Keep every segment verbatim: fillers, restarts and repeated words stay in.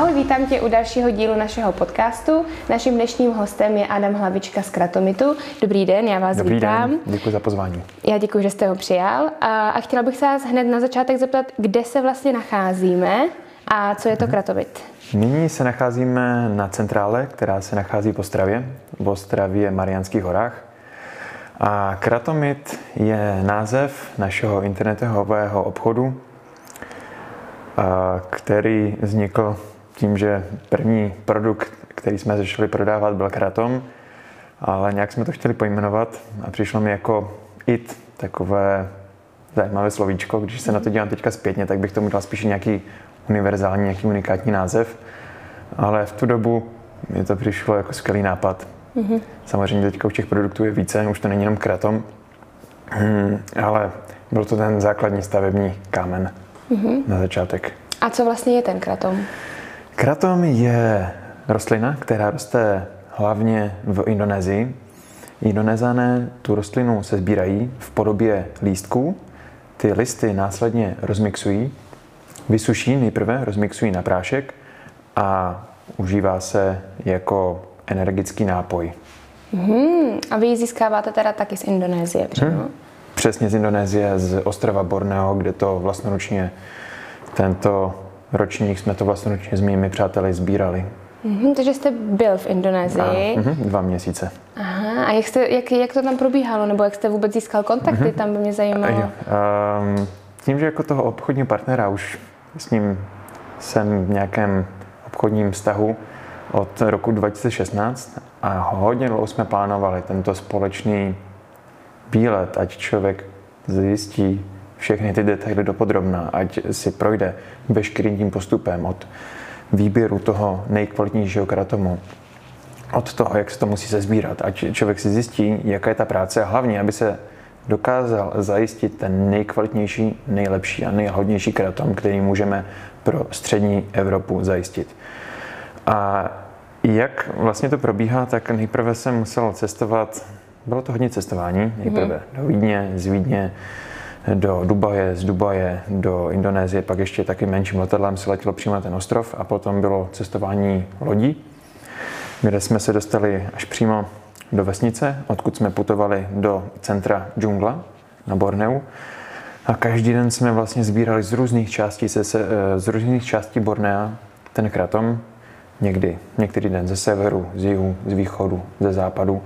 Ahoj, vítám tě u dalšího dílu našeho podcastu. Naším dnešním hostem je Adam Hlavička z Kratomitu. Dobrý den, já vás Dobrý vítám. Den, děkuji za pozvání. Já děkuji, že jste ho přijal. A, a chtěla bych se vás hned na začátek zeptat, kde se vlastně nacházíme a co je to Kratomit? Nyní se nacházíme na centrále, která se nachází v Ostravě, v Ostravě Mariánských horách. A Kratomit je název našeho internetového obchodu, který vznikl tím, že první produkt, který jsme začali prodávat, byl kratom, ale nějak jsme to chtěli pojmenovat a přišlo mi jako it, takové zajímavé slovíčko. Když se na to dívám teďka zpětně, tak bych tomu dal spíš nějaký univerzální, nějaký unikátní název, ale v tu dobu mi to přišlo jako skvělý nápad. Mm-hmm. Samozřejmě teďka už těch produktů je více, už to není jenom kratom, hmm, ale byl to ten základní stavební kámen mm-hmm. na začátek. A co vlastně je ten kratom? Kratom je rostlina, která roste hlavně v Indonésii. Indonézané tu rostlinu se sbírají v podobě lístků. Ty listy následně rozmixují, vysuší nejprve, rozmixují na prášek a užívá se jako energický nápoj. Hmm, a vy ji získáváte teda taky z Indonésie přímo? Hmm. Přesně z Indonésie, z ostrova Borneo, kde to vlastnoručně, tento ročník jsme to vlastnoručně s mými přáteli sbírali. Hmm, takže jste byl v Indonésii? Ano, dva měsíce. Aha, a jak, jste, jak, jak to tam probíhalo, nebo jak jste vůbec získal kontakty, mm-hmm. tam by mě zajímalo. Um, tím, že jako toho obchodního partnera už s ním jsem v nějakém obchodním vztahu od roku dva tisíce šestnáct a hodně dlouho jsme plánovali tento společný výlet, ať člověk zjistí všechny ty detaily dopodrobna, ať si projde veškerým tím postupem od výběru toho nejkvalitnějšího kratomu, od toho, jak se to musí sesbírat, ať člověk si zjistí, jaká je ta práce a hlavně, aby se dokázal zajistit ten nejkvalitnější, nejlepší a nejhodnější kratom, který můžeme pro střední Evropu zajistit. A jak vlastně to probíhá, tak nejprve jsem musel cestovat, bylo to hodně cestování, nejprve mm. do Vídně, z Vídně do Dubaje, z Dubaje do Indonésie, pak ještě taky menším letadlem se letělo přímo na ten ostrov a potom bylo cestování lodí, kde jsme se dostali až přímo do vesnice, odkud jsme putovali do centra džungla na Borneu. A každý den jsme vlastně sbírali z různých částí, se, z různých částí Bornea ten kratom. Někdy, některý den ze severu, z jihu, z východu, ze západu.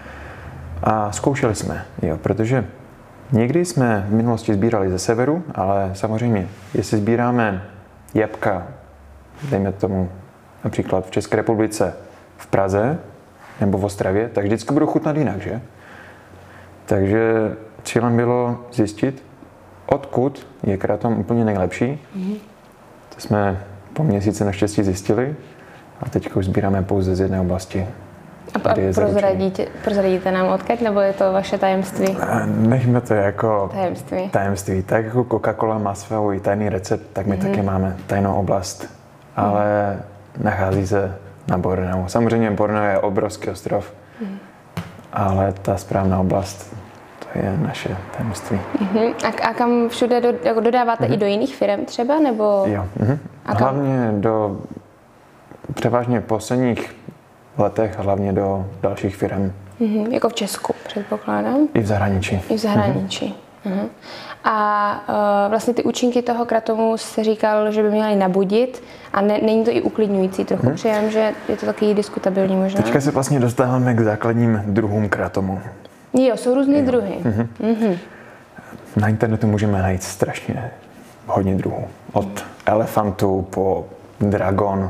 A zkoušeli jsme, jo, protože někdy jsme v minulosti sbírali ze severu, ale samozřejmě, jestli sbíráme jablka, dejme tomu například v České republice, v Praze nebo v Ostravě, tak vždycky budou chutnat jinak, že? Takže cílem bylo zjistit, odkud je kratom úplně nejlepší. Mm. To jsme po měsíci naštěstí zjistili a teď už sbíráme pouze z jedné oblasti. A prozradíte, prozradíte nám odkud, nebo je to vaše tajemství? Nechme to jako tajemství. tajemství. Tak jako Coca-Cola má svůj tajný recept, tak my mm. taky máme tajnou oblast. Ale mm. nachází se na Borneu. Samozřejmě Borneo je obrovský ostrov, mm. ale ta správná oblast, to je naše tajemství. Mm-hmm. A, a kam všude do, jako dodáváte mm-hmm. i do jiných firm třeba, nebo? Jo. Mm-hmm. A hlavně do, převážně v posledních letech, hlavně do dalších firm. Mm-hmm. Jako v Česku, předpokládám? I v zahraničí. I v zahraničí. Mm-hmm. Mm-hmm. A uh, vlastně ty účinky toho kratomu se říkal, že by měly nabudit a ne, není to i uklidňující trochu, hmm. přijám, že je to taky diskutabilní možná. Teďka se vlastně dostáváme k základním druhům kratomu. Jo, jsou různé druhy. Mm-hmm. Mm-hmm. Na internetu můžeme najít strašně hodně druhů. Od mm. elefantu po dragon.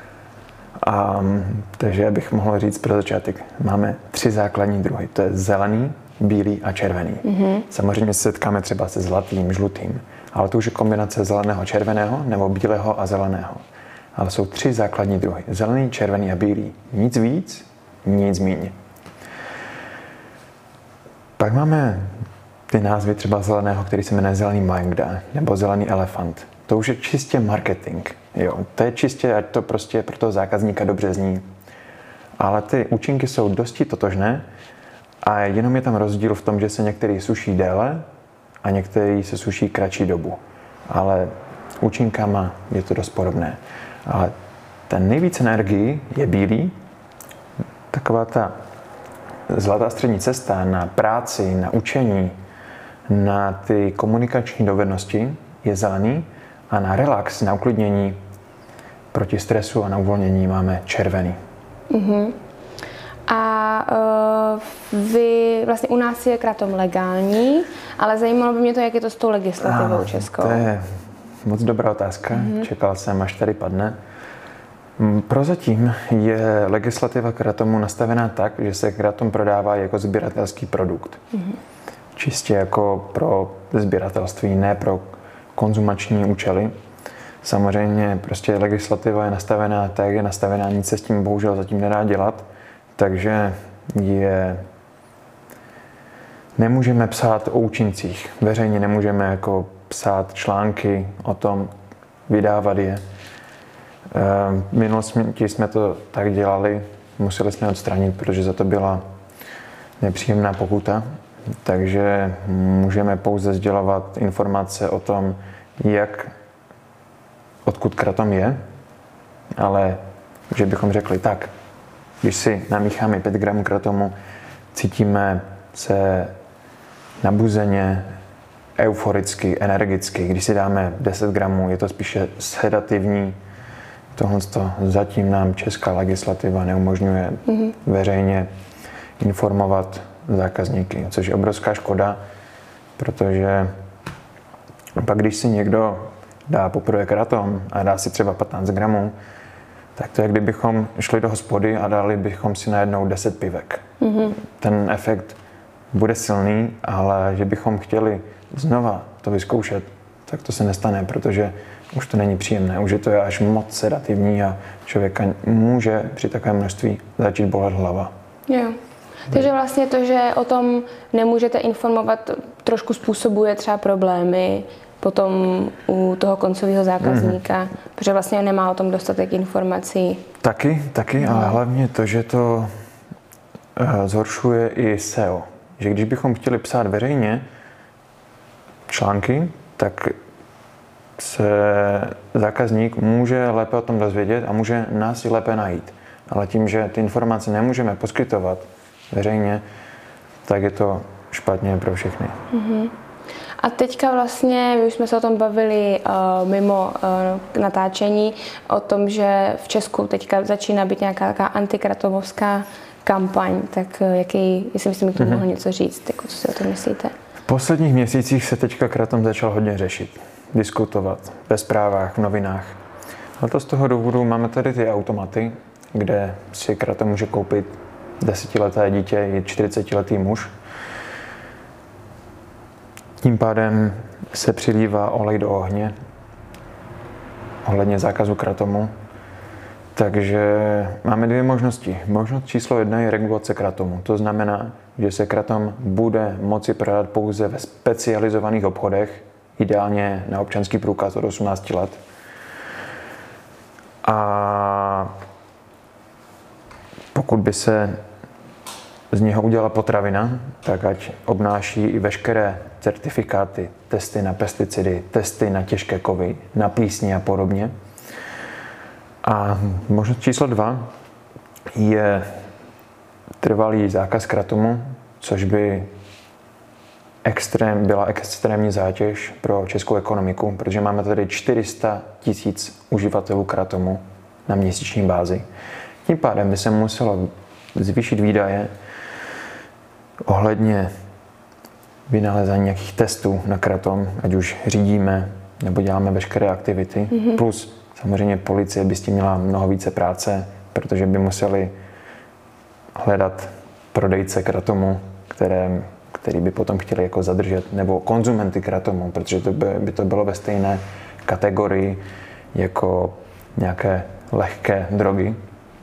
Um, takže bych mohl říct pro začátek, máme tři základní druhy. To je zelený, bílý a červený. Mm-hmm. Samozřejmě se setkáme třeba se zlatým, žlutým, ale to už je kombinace zeleného, červeného nebo bílého a zeleného. Ale jsou tři základní druhy. Zelený, červený a bílý. Nic víc, nic míň. Pak máme ty názvy třeba zeleného, který se jmenuje zelený mangda nebo zelený elefant. To už je čistě marketing. Jo, to je čistě, ať to prostě pro toho zákazníka dobře zní. Ale ty účinky jsou dosti totožné a jenom je tam rozdíl v tom, že se některý suší déle a některý se suší kratší dobu. Ale účinkama je to dost podobné. Ale ten nejvíc energii je bílý, taková ta zlatá střední cesta na práci, na učení, na ty komunikační dovednosti je zelený a na relax, na uklidnění, proti stresu a na uvolnění máme červený. Uh-huh. A uh, vy, vlastně u nás je kratom legální, ale zajímalo by mě to, jak je to s tou legislativou ano, českou. To je moc dobrá otázka, uh-huh. Čekal jsem, až tady padne. Prozatím je legislativa kratomu nastavená tak, že se kratom prodává jako sběratelský produkt. Mm-hmm. Čistě jako pro sběratelství, ne pro konzumační účely. Samozřejmě prostě legislativa je nastavená tak, je nastavená, nic se s tím bohužel zatím nedá dělat, takže je nemůžeme psát o účincích. Veřejně nemůžeme jako psát články o tom, vydávat je. V minulosti jsme to tak dělali, museli jsme odstranit, protože za to byla nepříjemná pokuta. Takže můžeme pouze sdělovat informace o tom, jak, odkud kratom je, ale že bychom řekli tak, když si namícháme pět gramů kratomu, cítíme se nabuzeně, euforicky, energicky. Když si dáme deset gramů, je to spíše sedativní. Tohle zatím nám česká legislativa neumožňuje mm-hmm. veřejně informovat zákazníky, což je obrovská škoda, protože pak když si někdo dá poprvé kratom a dá si třeba patnáct gramů, tak to je, kdybychom šli do hospody a dali bychom si najednou deset pivek. Mm-hmm. Ten efekt bude silný, ale že bychom chtěli znova to vyzkoušet, tak to se nestane, protože už to není příjemné, už je to až moc sedativní a člověka může při takovém množství začít bolet hlava. Jo. Takže vlastně to, že o tom nemůžete informovat, trošku způsobuje třeba problémy potom u toho koncového zákazníka, mm. protože vlastně nemá o tom dostatek informací. Taky, taky, no. Ale hlavně to, že to uh, zhoršuje i S E O. Že když bychom chtěli psát veřejně články, tak se zákazník může lépe o tom dozvědět a může nás i lépe najít. Ale tím, že ty informace nemůžeme poskytovat veřejně, tak je to špatně pro všechny. Mm-hmm. A teďka vlastně, my už jsme se o tom bavili uh, mimo uh, natáčení, o tom, že v Česku teďka začíná být nějaká taková antikratomovská kampaň, tak uh, jaký, jestli byste mi k tomu mm-hmm. mohl něco říct, jako, co si o tom myslíte? V posledních měsících se teďka kratom začal hodně řešit, diskutovat ve zprávách, v novinách. A to z toho důvodu máme tady ty automaty, kde si kratom může koupit desetileté dítě i čtyřicetiletý muž. Tím pádem se přilívá olej do ohně ohledně zákazu kratomu. Takže máme dvě možnosti. Možnost číslo jedna je regulace kratomu. To znamená, že se kratom bude moci prodat pouze ve specializovaných obchodech, ideálně na občanský průkaz od osmnácti let. A pokud by se z něho udělala potravina, tak ať obnáší i veškeré certifikáty, testy na pesticidy, testy na těžké kovy, na plísně a podobně. A možnost číslo dva je trvalý zákaz kratomu, což by extrém, byla extrémní zátěž pro českou ekonomiku, protože máme tady čtyři sta tisíc uživatelů kratomu na měsíční bázi. Tím pádem by se muselo zvýšit výdaje ohledně vynalezání nějakých testů na kratom, ať už řídíme nebo děláme veškeré aktivity. Mm-hmm. Plus samozřejmě policie by s tím měla mnoho více práce, protože by museli hledat prodejce kratomu, které, který by potom chtěli jako zadržet, nebo konzumenty kratomu, protože to by, by to bylo ve stejné kategorii jako nějaké lehké drogy.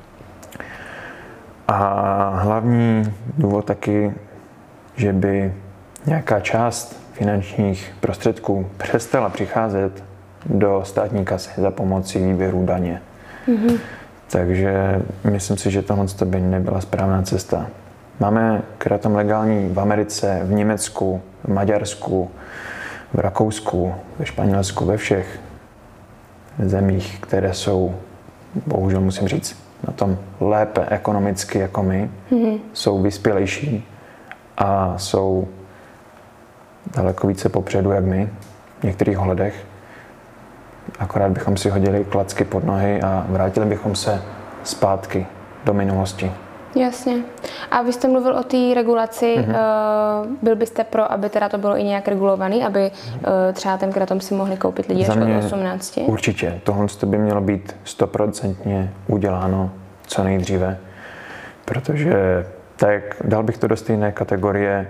A hlavní důvod taky, že by nějaká část finančních prostředků přestala přicházet do státní kasy za pomocí výběru daně. Mm-hmm. Takže myslím si, že tohle by nebyla správná cesta. Máme kratom legální v Americe, v Německu, v Maďarsku, v Rakousku, ve Španělsku, ve všech zemích, které jsou bohužel musím říct, na tom lépe ekonomicky jako my, mm-hmm. jsou vyspělejší a jsou daleko více popředu, jak my, v některých ohledech. Akorát bychom si hodili klacky pod nohy a vrátili bychom se zpátky do minulosti. Jasně. A vy jste mluvil o té regulaci. Mm-hmm. Byl byste pro, aby teda to bylo i nějak regulovaný, aby třeba ten kratom si mohli koupit lidi až od osmnácti? Určitě. Tohle by mělo být stoprocentně uděláno co nejdříve, protože tak dal bych to do stejné kategorie,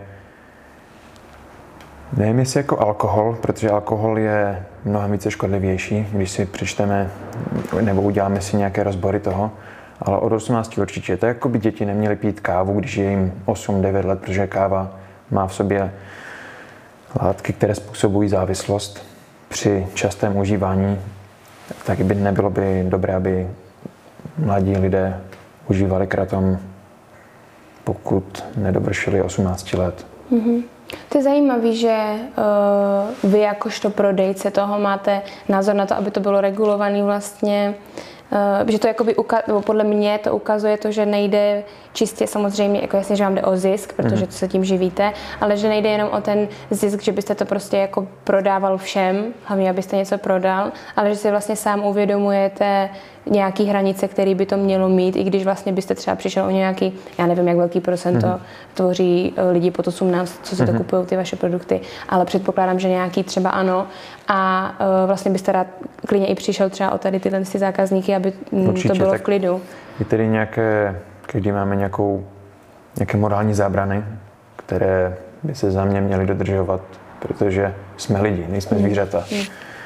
nevím jestli jako alkohol, protože alkohol je mnohem více škodlivější, když si přečteme nebo uděláme si nějaké rozbory toho, ale od osmnácti určitě. To je jako by děti neměly pít kávu, když je jim osm devět let, protože káva má v sobě látky, které způsobují závislost při častém užívání. Tak by nebylo by dobré, aby mladí lidé užívali kratom, pokud nedovršili osmnáct let. Mm-hmm. To je zajímavé, že uh, vy jakožto prodejce toho máte názor na to, aby to bylo regulované vlastně. Uh, že to jakoby uka- nebo podle mě to ukazuje to, že nejde čistě samozřejmě, jako jasně, že vám jde o zisk, protože to se tím živíte, ale že nejde jenom o ten zisk, že byste to prostě jako prodával všem, hlavně abyste něco prodal, ale že si vlastně sám uvědomujete nějaký hranice, které by to mělo mít, i když vlastně byste třeba přišel o nějaký, já nevím, jak velký procento mm-hmm. tvoří lidi pod osmnáct, co si mm-hmm. to kupují ty vaše produkty, ale předpokládám, že nějaký třeba ano a uh, vlastně byste rád klidně i přišel třeba o tady tyhle ty zákazníky, aby Určitě, to bylo v klidu. Je tedy nějaké, když máme nějakou, nějaké morální zábrany, které by se za mě měly dodržovat, protože jsme lidi, nejsme zvířata. Mm.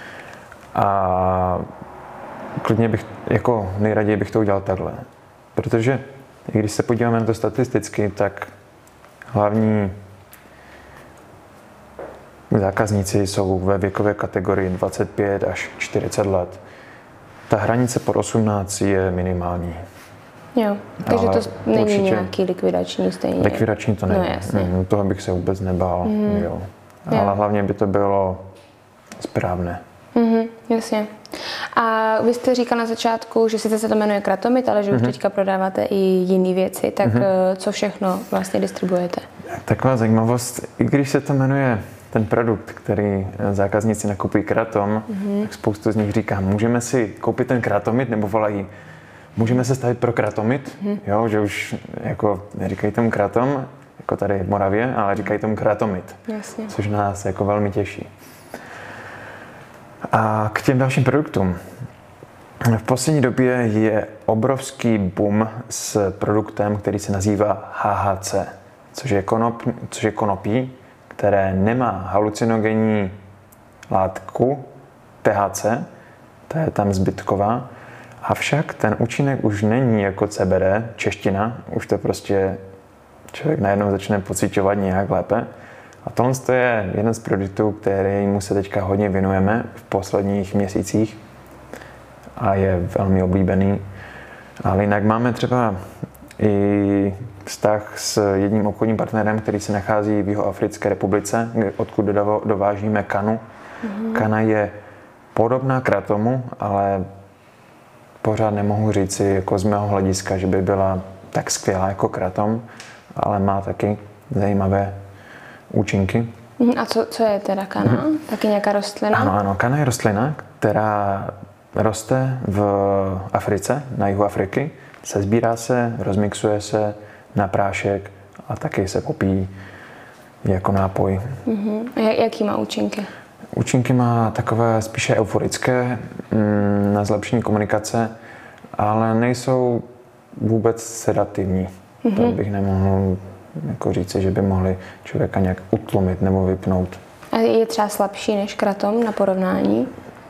A klidně bych, jako nejraději bych to udělal takhle. Protože i když se podíváme na to statisticky, tak hlavní zákazníci jsou ve věkové kategorii dvacet pět až čtyřicet let. Ta hranice pod osmnáct je minimální. Jo, takže ale to není nějaký likvidační stejně. Likvidační to není. No, jasně. Mm, toho bych se vůbec nebál. Mm. Jo. Ale jo. hlavně by to bylo správné. Mm-hmm, jasně. A vy jste říkal na začátku, že sice se to jmenuje Kratomit, ale že mm-hmm. už teďka prodáváte i jiné věci. Tak mm-hmm. co všechno vlastně distribuujete? Taková zajímavost, i když se to jmenuje ten produkt, který zákazníci nakupují kratom, mm-hmm. tak spoustu z nich říká, můžeme si koupit ten kratomit, nebo volají, můžeme se stavit pro kratomit, mm-hmm. jo, že už jako neříkají tomu kratom, jako tady v Moravě, ale říkají tomu kratomit, Jasně. což nás jako velmi těší. A k těm dalším produktům. V poslední době je obrovský boom s produktem, který se nazývá H H C, což je, konop, což je konopí, které nemá halucinogenní látku T H C, ta je tam zbytková, avšak ten účinek už není jako C B D, čeština, už to prostě člověk najednou začne pociťovat nějak lépe. A tohle je jeden z produktů, kterému se teďka hodně věnujeme v posledních měsících a je velmi oblíbený. Ale jinak máme třeba i vztah s jedním obchodním partnerem, který se nachází v Jihoafrické republice, odkud dovážíme kanu. Mm-hmm. Kana je podobná kratomu, ale pořád nemohu říci jako z mého hlediska, že by byla tak skvělá jako kratom, ale má taky zajímavé účinky. A co, co je teda kana? Mm-hmm. Taky nějaká rostlina? Ano, ano, kana je rostlina, která roste v Africe, na jihu Afriky. Sezbírá se, rozmixuje se na prášek a taky se popíjí jako nápoj. Mm-hmm. Jaký má účinky? Účinky má takové spíše euforické, mm, na zlepšení komunikace, ale nejsou vůbec sedativní. Mm-hmm. To bych nemohl jako říci, že by mohli člověka nějak utlumit nebo vypnout. A je třeba slabší než kratom na porovnání?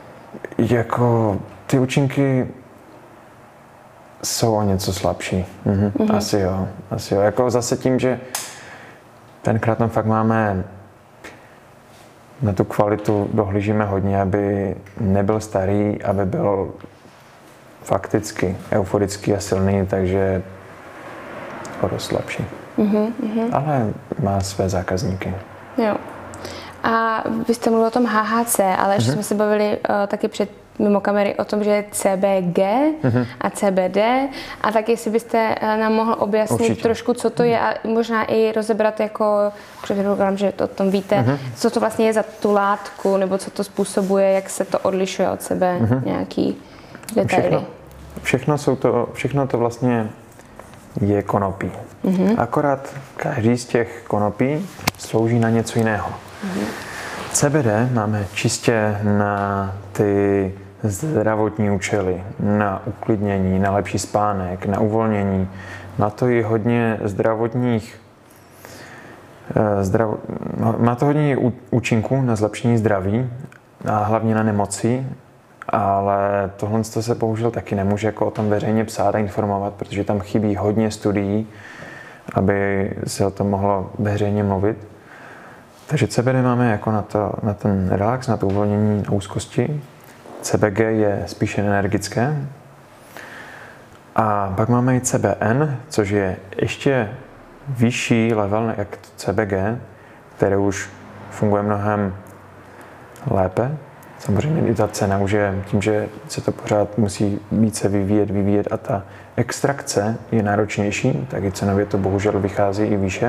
Jako ty účinky jsou o něco slabší. Mhm. Mm-hmm. Asi jo, asi jo. Jako zase tím, že ten kratom fakt máme na tu kvalitu dohlížíme hodně, aby nebyl starý, aby byl fakticky euforický a silný, takže o dost slabší. Mm-hmm. Ale má své zákazníky. Jo. A vy jste mluvil o tom H H C, ale ještě mm-hmm. jsme se bavili uh, taky před mimo kamery o tom, že je C B G mm-hmm. a C B D a tak jestli byste nám mohl objasnit Určitě. trošku, co to je a možná i rozebrat jako, předpokládám, že to o tom víte, mm-hmm. co to vlastně je za tu látku nebo co to způsobuje, jak se to odlišuje od sebe, mm-hmm. nějaký detaily. Všechno, všechno, jsou to, všechno to vlastně je konopí. Mm-hmm. Akorát každý z těch konopí slouží na něco jiného. Mm-hmm. C B D máme čistě na ty zdravotní účely, na uklidnění, na lepší spánek, na uvolnění. Má to i hodně zdravotních zdrav, má to hodně účinků na zlepšení zdraví a hlavně na nemoci, ale tohle se bohužel taky nemůže jako o tom veřejně psát a informovat, protože tam chybí hodně studií, aby se o tom mohlo veřejně mluvit. Takže C B D máme jako na, to, na ten relax, na to uvolnění, na úzkosti. C B G je spíše energické. A pak máme i C B N, což je ještě vyšší level jak C B G, které už funguje mnohem lépe. Samozřejmě i ta cena už je tím, že se to pořád musí více vyvíjet, vyvíjet a ta extrakce je náročnější, tak i cenově to bohužel vychází i výše.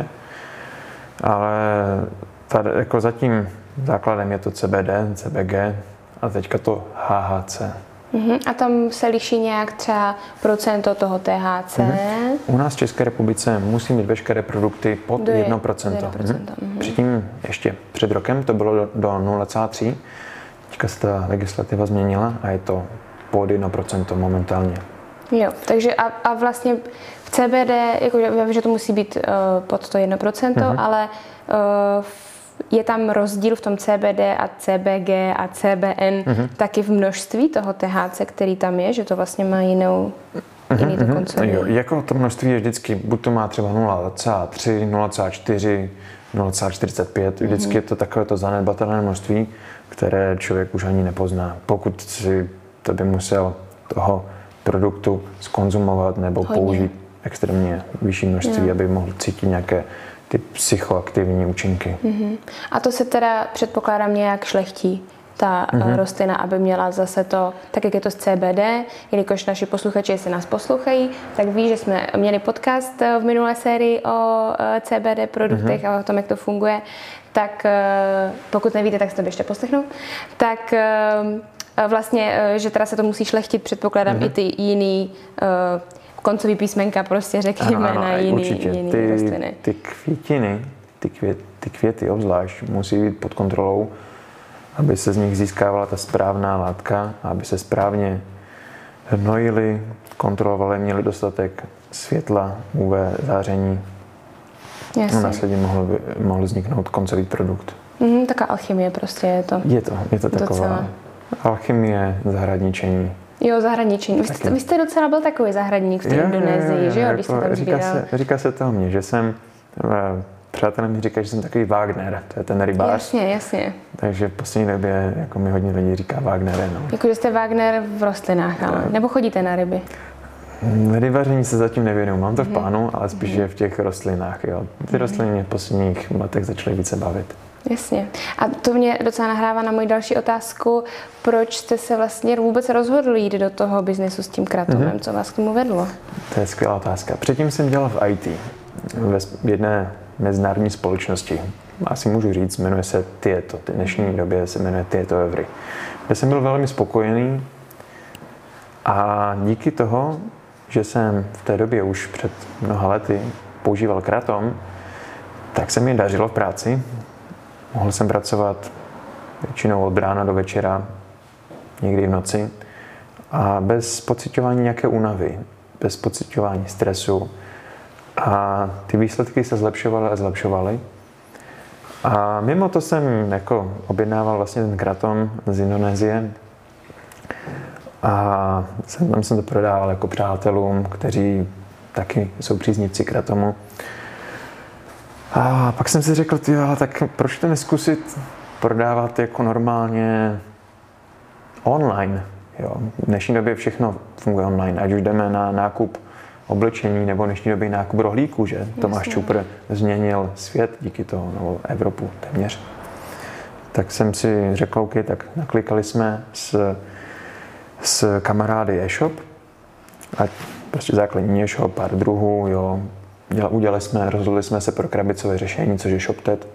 Ale tady, jako zatím základem je to C B D, C B G a teďka to H H C. Uh-huh. A tam se liší nějak třeba procento toho T H C? Uh-huh. U nás v České republice musí mít veškeré produkty pod do jedno procento. jedno procento. Uh-huh. Předtím ještě před rokem to bylo do nula celá tři. Teďka se ta legislativa změnila a je to pod jedno procento momentálně. Jo, takže a, a vlastně v C B D, jako, já vím, že to musí být uh, pod to jedno procento, uh-huh. ale uh, je tam rozdíl v tom C B D a C B G a C B N uh-huh. taky v množství toho T H C, který tam je, že to vlastně má jinou, uh-huh, jiný uh-huh. dokonce. Jo, jako to množství je vždycky, buď to má třeba nula celá tři, nula celá čtyři, nula celá čtyřicet pět, vždycky uh-huh. je to takové to zanedbatelné množství, které člověk už ani nepozná. Pokud si to by musel toho produktu skonzumovat nebo Hodně. použít extrémně vyšší množství, jo. aby mohl cítit nějaké ty psychoaktivní účinky. Mm-hmm. A to se teda předpokládám nějak šlechtí, ta mm-hmm. rostlina, aby měla zase to, tak jak je to z C B D, jelikož naši posluchači, jestli nás poslouchají, tak ví, že jsme měli podcast v minulé sérii o C B D produktech mm-hmm. a o tom, jak to funguje, tak pokud nevíte, tak si to běžte poslechnout, tak vlastně, že teda se to musí šlechtit, předpokládám mm-hmm. i ty jiný koncový písmenka, prostě řekněme, ano, ano, na jiný, jiný ty, rostliny. Ty květiny, ty, květ, ty květy obzvlášť musí být pod kontrolou, aby se z nich získávala ta správná látka, aby se správně hnojily, kontrolovaly, měly dostatek světla, U V záření. No, následně mohl, mohl vzniknout koncový produkt. Mm, taká alchymie prostě je to. Je to, je to taková docela. Alchymie, zahradničení. Jo, zahradničení. Vy jste, vy jste docela byl takový zahradník v té Indonésii, že jo, když jste tam říká se, říká se to o mně, že jsem, přátelé mi říkají, že jsem takový Wagner, to je ten rybář. Jasně, jasně. Takže v poslední době jako mi hodně lidí říká Wagner. No. Jako, že jste Wagner v rostlinách, ale, nebo chodíte na ryby? Rybaření se zatím nevěnuju, mám to v plánu, ale spíš je v těch rostlinách, jo. Ty rostliny mě v posledních letech začaly více bavit. Jasně. A to mě docela nahrává na moji další otázku, proč jste se vlastně vůbec rozhodli jít do toho biznesu s tím kratovem, mm-hmm. co vás k tomu vedlo? To je skvělá otázka. Předtím jsem dělal v í té, v jedné mezinárodní společnosti. Asi můžu říct, jmenuje se Tieto, v dnešní době se jmenuje Tieto Every, kde jsem byl velmi spokojený a díky toho, že jsem v té době už před mnoha lety používal kratom, tak se mi dařilo v práci. Mohl jsem pracovat většinou od rána do večera, někdy v noci a bez pociťování nějaké únavy, bez pociťování stresu. A ty výsledky se zlepšovaly a zlepšovaly. A mimo to jsem jako objednával vlastně ten kratom z Indonésie a jsem, tam jsem to prodával jako přátelům, kteří taky jsou příznivci kratomu. A pak jsem si řekl, tyjo, ale tak proč to neskusit prodávat jako normálně online, jo. V dnešní době všechno funguje online, ať už jdeme na nákup oblečení nebo v dnešní době nákup rohlíků, že? Jasně. Tomáš Čupr změnil svět díky toho, nebo Evropu téměř. Tak jsem si řekl, OK, tak naklikali jsme s s kamarády e-shop, a prostě základní e-shop, pár druhů, jo. Udělali jsme, rozhodli jsme se pro krabicové řešení, což je ShopTet.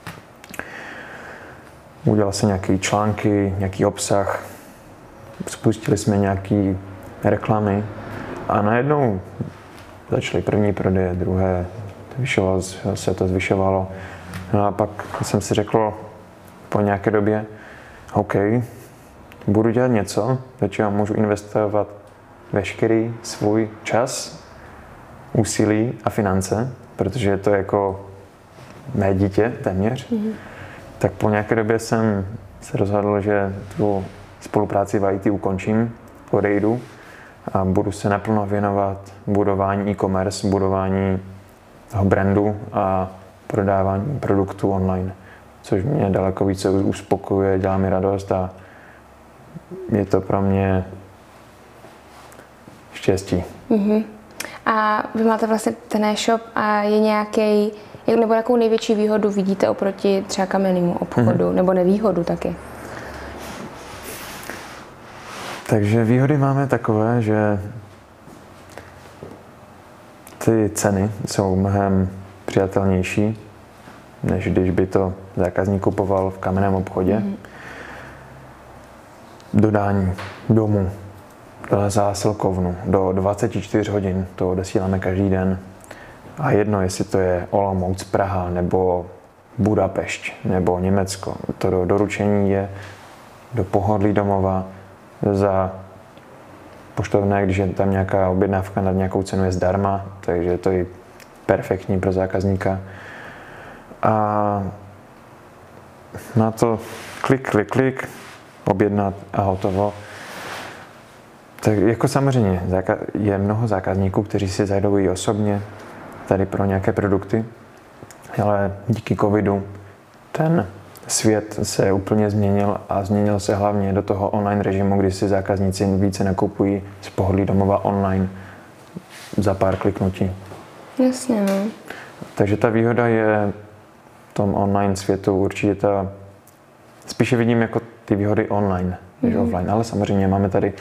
Udělali se nějaké články, nějaký obsah, spustili jsme nějaké reklamy a najednou začaly první prodeje, druhé, zvyšovalo se to, zvyšovalo. No a pak jsem si řekl po nějaké době, OK, budu dělat něco, do čeho můžu investovat veškerý svůj čas, úsilí a finance, protože je to jako mé dítě téměř. Mm-hmm. Tak po nějaké době jsem se rozhodl, že tu spolupráci v í té ukončím, odejdu a budu se naplno věnovat budování e-commerce, budování toho brandu a prodávání produktů online, což mě daleko více uspokojuje, dělá mi radost a je to pro mě štěstí. Mm-hmm. A vy máte vlastně ten e-shop a je nějaký, nebo jakou největší výhodu vidíte oproti třeba kamennému obchodu, mm-hmm. nebo nevýhodu taky? Takže výhody máme takové, že ty ceny jsou mnohem přijatelnější, než když by to zákazník kupoval v kamenném obchodě. Mm. Dodání domů, do zásilkovnu, do dvacet čtyři hodin, to odesíláme každý den. A jedno, jestli to je Olomouc, Praha, nebo Budapešť, nebo Německo. To do doručení je do pohodlí domova za poštovné, když je tam nějaká objednávka nad nějakou cenu, je zdarma, takže to je perfektní pro zákazníka. A na to klik, klik, klik, objednat a hotovo. Tak jako samozřejmě je mnoho zákazníků, kteří si zajdou i osobně tady pro nějaké produkty, ale díky covidu ten svět se úplně změnil a změnil se hlavně do toho online režimu, kdy si zákazníci více nakupují z pohodlí domova online za pár kliknutí. Jasně, no. Takže ta výhoda je v tom online světu určitě ta, spíše vidím jako ty výhody online, než mm-hmm. offline, ale samozřejmě máme tady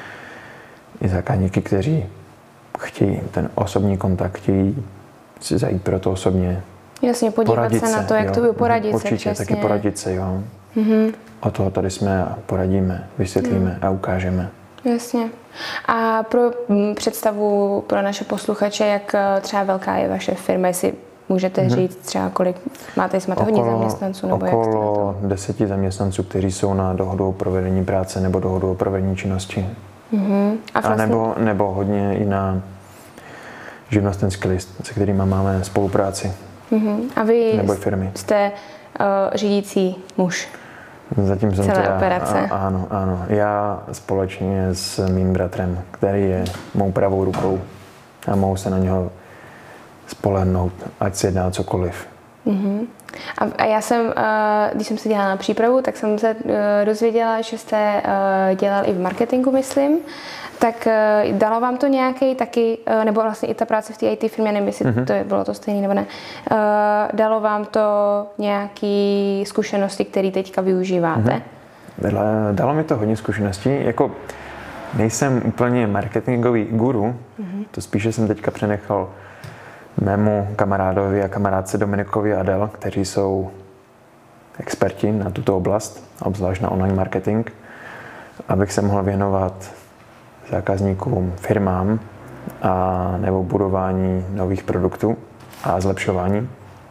i zákazníky, kteří chtějí ten osobní kontakt, chtějí si zajít pro to osobně. Jasně, podívat se, se na to, jak jo. to bylo, poradit Určitě, se přesně. taky poradit se, jo. Mm-hmm. O toho tady jsme a poradíme, vysvětlíme mm. a ukážeme. Jasně. A pro představu pro naše posluchače, jak třeba velká je vaše firma, jestli můžete mm-hmm. říct třeba kolik máte, jestli máte okolo, hodně zaměstnanců, nebo okolo jak jste na to? deseti zaměstnanců, kteří jsou na dohodu o provedení práce nebo dohodu o provedení činnosti. Mm-hmm. A, vlastně... a nebo, nebo hodně i na živnostenský list, se kterými máme spolupráci. Mm-hmm. A vy nebo firmy. Jste uh, řídící muž Zatím jsem celé teda, operace. A, ano, ano. Já společně s mým bratrem, který je mou pravou rukou a mohu se na něho spolehnout, ať se jedná cokoliv. Mm-hmm. A, a já jsem, uh, když jsem se dělala na přípravu, tak jsem se uh, dozvěděla, že jste uh, dělal i v marketingu, myslím. Tak uh, dalo vám to nějaký taky, uh, nebo vlastně i ta práce v té í té firmě, nevím, jestli mm-hmm. to je, bylo to stejné nebo ne, uh, dalo vám to nějaké zkušenosti, které teďka využíváte? Mm-hmm. Dalo mi to hodně zkušeností. Jako nejsem úplně marketingový guru, mm-hmm. to spíše jsem teďka přenechal mému kamarádovi a kamarádce Dominikovi Adel, kteří jsou experti na tuto oblast, obzvlášť na online marketing, abych se mohl věnovat zákazníkům, firmám a nebo budování nových produktů a zlepšování.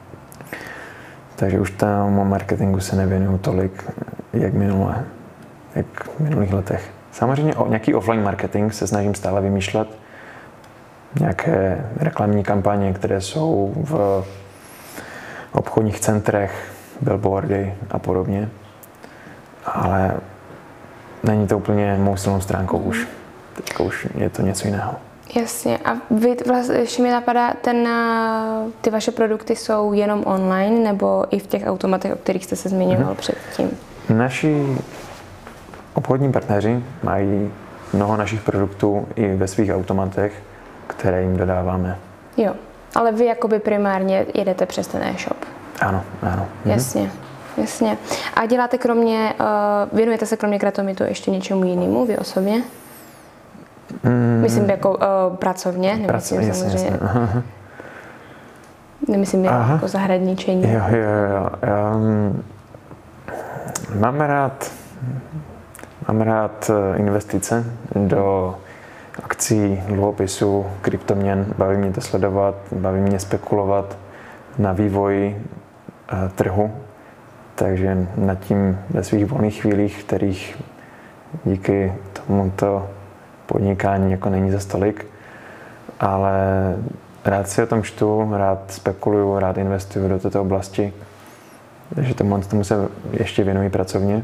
Takže už tomu marketingu se nevěnuju tolik, jak minule, jak v minulých letech. Samozřejmě o nějaký offline marketing se snažím stále vymýšlet. Nějaké reklamní kampaně, které jsou v obchodních centrech, billboardy a podobně. Ale není to úplně mou silnou stránkou mm. už. Teďka už je to něco jiného. Jasně. A vy vlastně, ještě mi napadá, ten, ty vaše produkty jsou jenom online nebo i v těch automatech, o kterých jste se zmiňoval mm. předtím? Naši obchodní partneři mají mnoho našich produktů i ve svých automatech, které jim dodáváme. Jo, ale vy jakoby primárně jedete přes ten e-shop. Ano, ano. Jasně. Jasně. A děláte kromě, uh, věnujete se kromě kratomitu ještě něčemu jinému, vy osobně? Mm. Myslím jako uh, pracovně, nemyslím pracovně, samozřejmě. Jasně, jasně. Nemyslím jako zahradničení. Jo, jo, jo. Um, mám rád, mám rád investice do akcí, dluhopisů, kryptoměn. Baví mě to sledovat, baví mě spekulovat na vývoji uh, trhu. Takže nad tím ve svých volných chvílích, kterých díky tomuto podnikání jako není za stolik, ale rád si o tom čtu, rád spekuluju, rád investuju do této oblasti, takže tomu, tomu se ještě věnuji pracovně,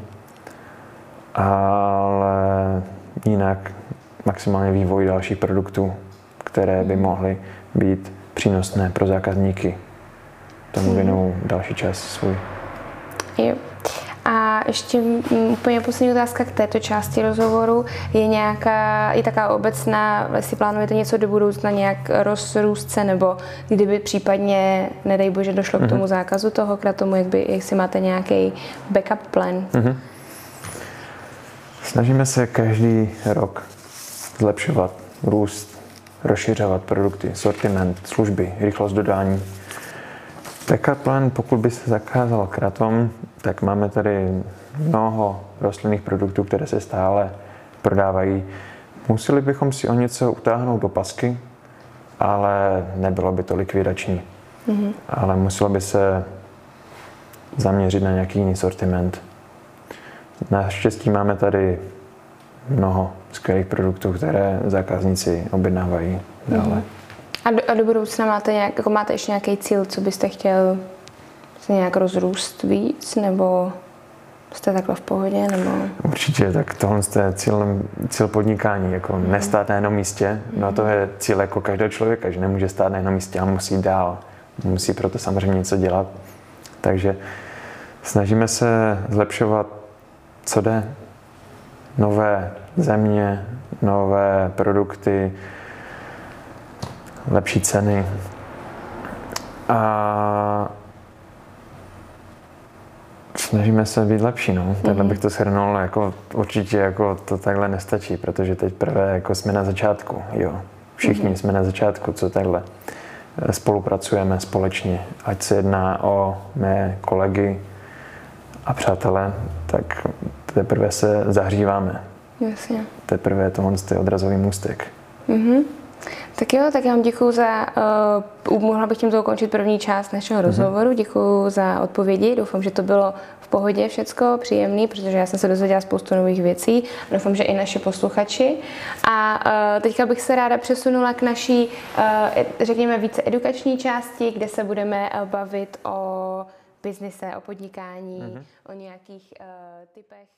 ale jinak maximálně vývoj dalších produktů, které by mohly být přínosné pro zákazníky. Tomu věnuju další čas svůj. Jo. A ještě úplně poslední otázka k této části rozhovoru. Je nějaká, je taková obecná, jestli plánujete něco do budoucna, nějak rozrůst se, nebo kdyby případně, nedej bože, došlo mm-hmm. k tomu zákazu toho kratomu, jak by, jestli máte nějaký backup plan? Mm-hmm. Snažíme se každý rok zlepšovat, růst, rozšiřovat produkty, sortiment, služby, rychlost dodání. Backup plan, pokud by se zakázal kratom, tak máme tady mnoho rostlinných produktů, které se stále prodávají. Museli bychom si o něco utáhnout do pasky, ale nebylo by to likvidační. Mm-hmm. Ale muselo by se zaměřit na nějaký jiný sortiment. Naštěstí máme tady mnoho skvělých produktů, které zákazníci objednávají dále. Mm-hmm. A do, a do budoucna máte, nějak, jako máte ještě nějaký cíl, co byste chtěl se nějak rozrůst víc, nebo jste takhle v pohodě, nebo? Určitě, tak tohle je cíl, cíl podnikání, jako mm. nestát na jednom místě, mm. no to je cíl jako každého člověka, že nemůže stát na jednom místě a musí dál, musí proto samozřejmě něco dělat, takže snažíme se zlepšovat, co jde, nové země, nové produkty, lepší ceny a snažíme se být lepší, no. Takhle bych to shrnul, jako určitě jako to takhle nestačí, protože teď prvé jako jsme na začátku, jo. Všichni mm-hmm. jsme na začátku, co takhle spolupracujeme společně, ať se jedná o mé kolegy a přátelé, tak teprve se zahříváme. Jasně. Teprve je tohle odrazový můstek. Mm-hmm. Tak jo, tak já vám děkuju za, uh, mohla bych tímto ukončit první část našeho rozhovoru, děkuju za odpovědi, doufám, že to bylo v pohodě všecko, příjemný, protože já jsem se dozvěděla spoustu nových věcí, doufám, že i naši posluchači. A uh, teďka bych se ráda přesunula k naší, uh, řekněme, více edukační části, kde se budeme bavit o biznise, o podnikání, mm-hmm. o nějakých uh, typech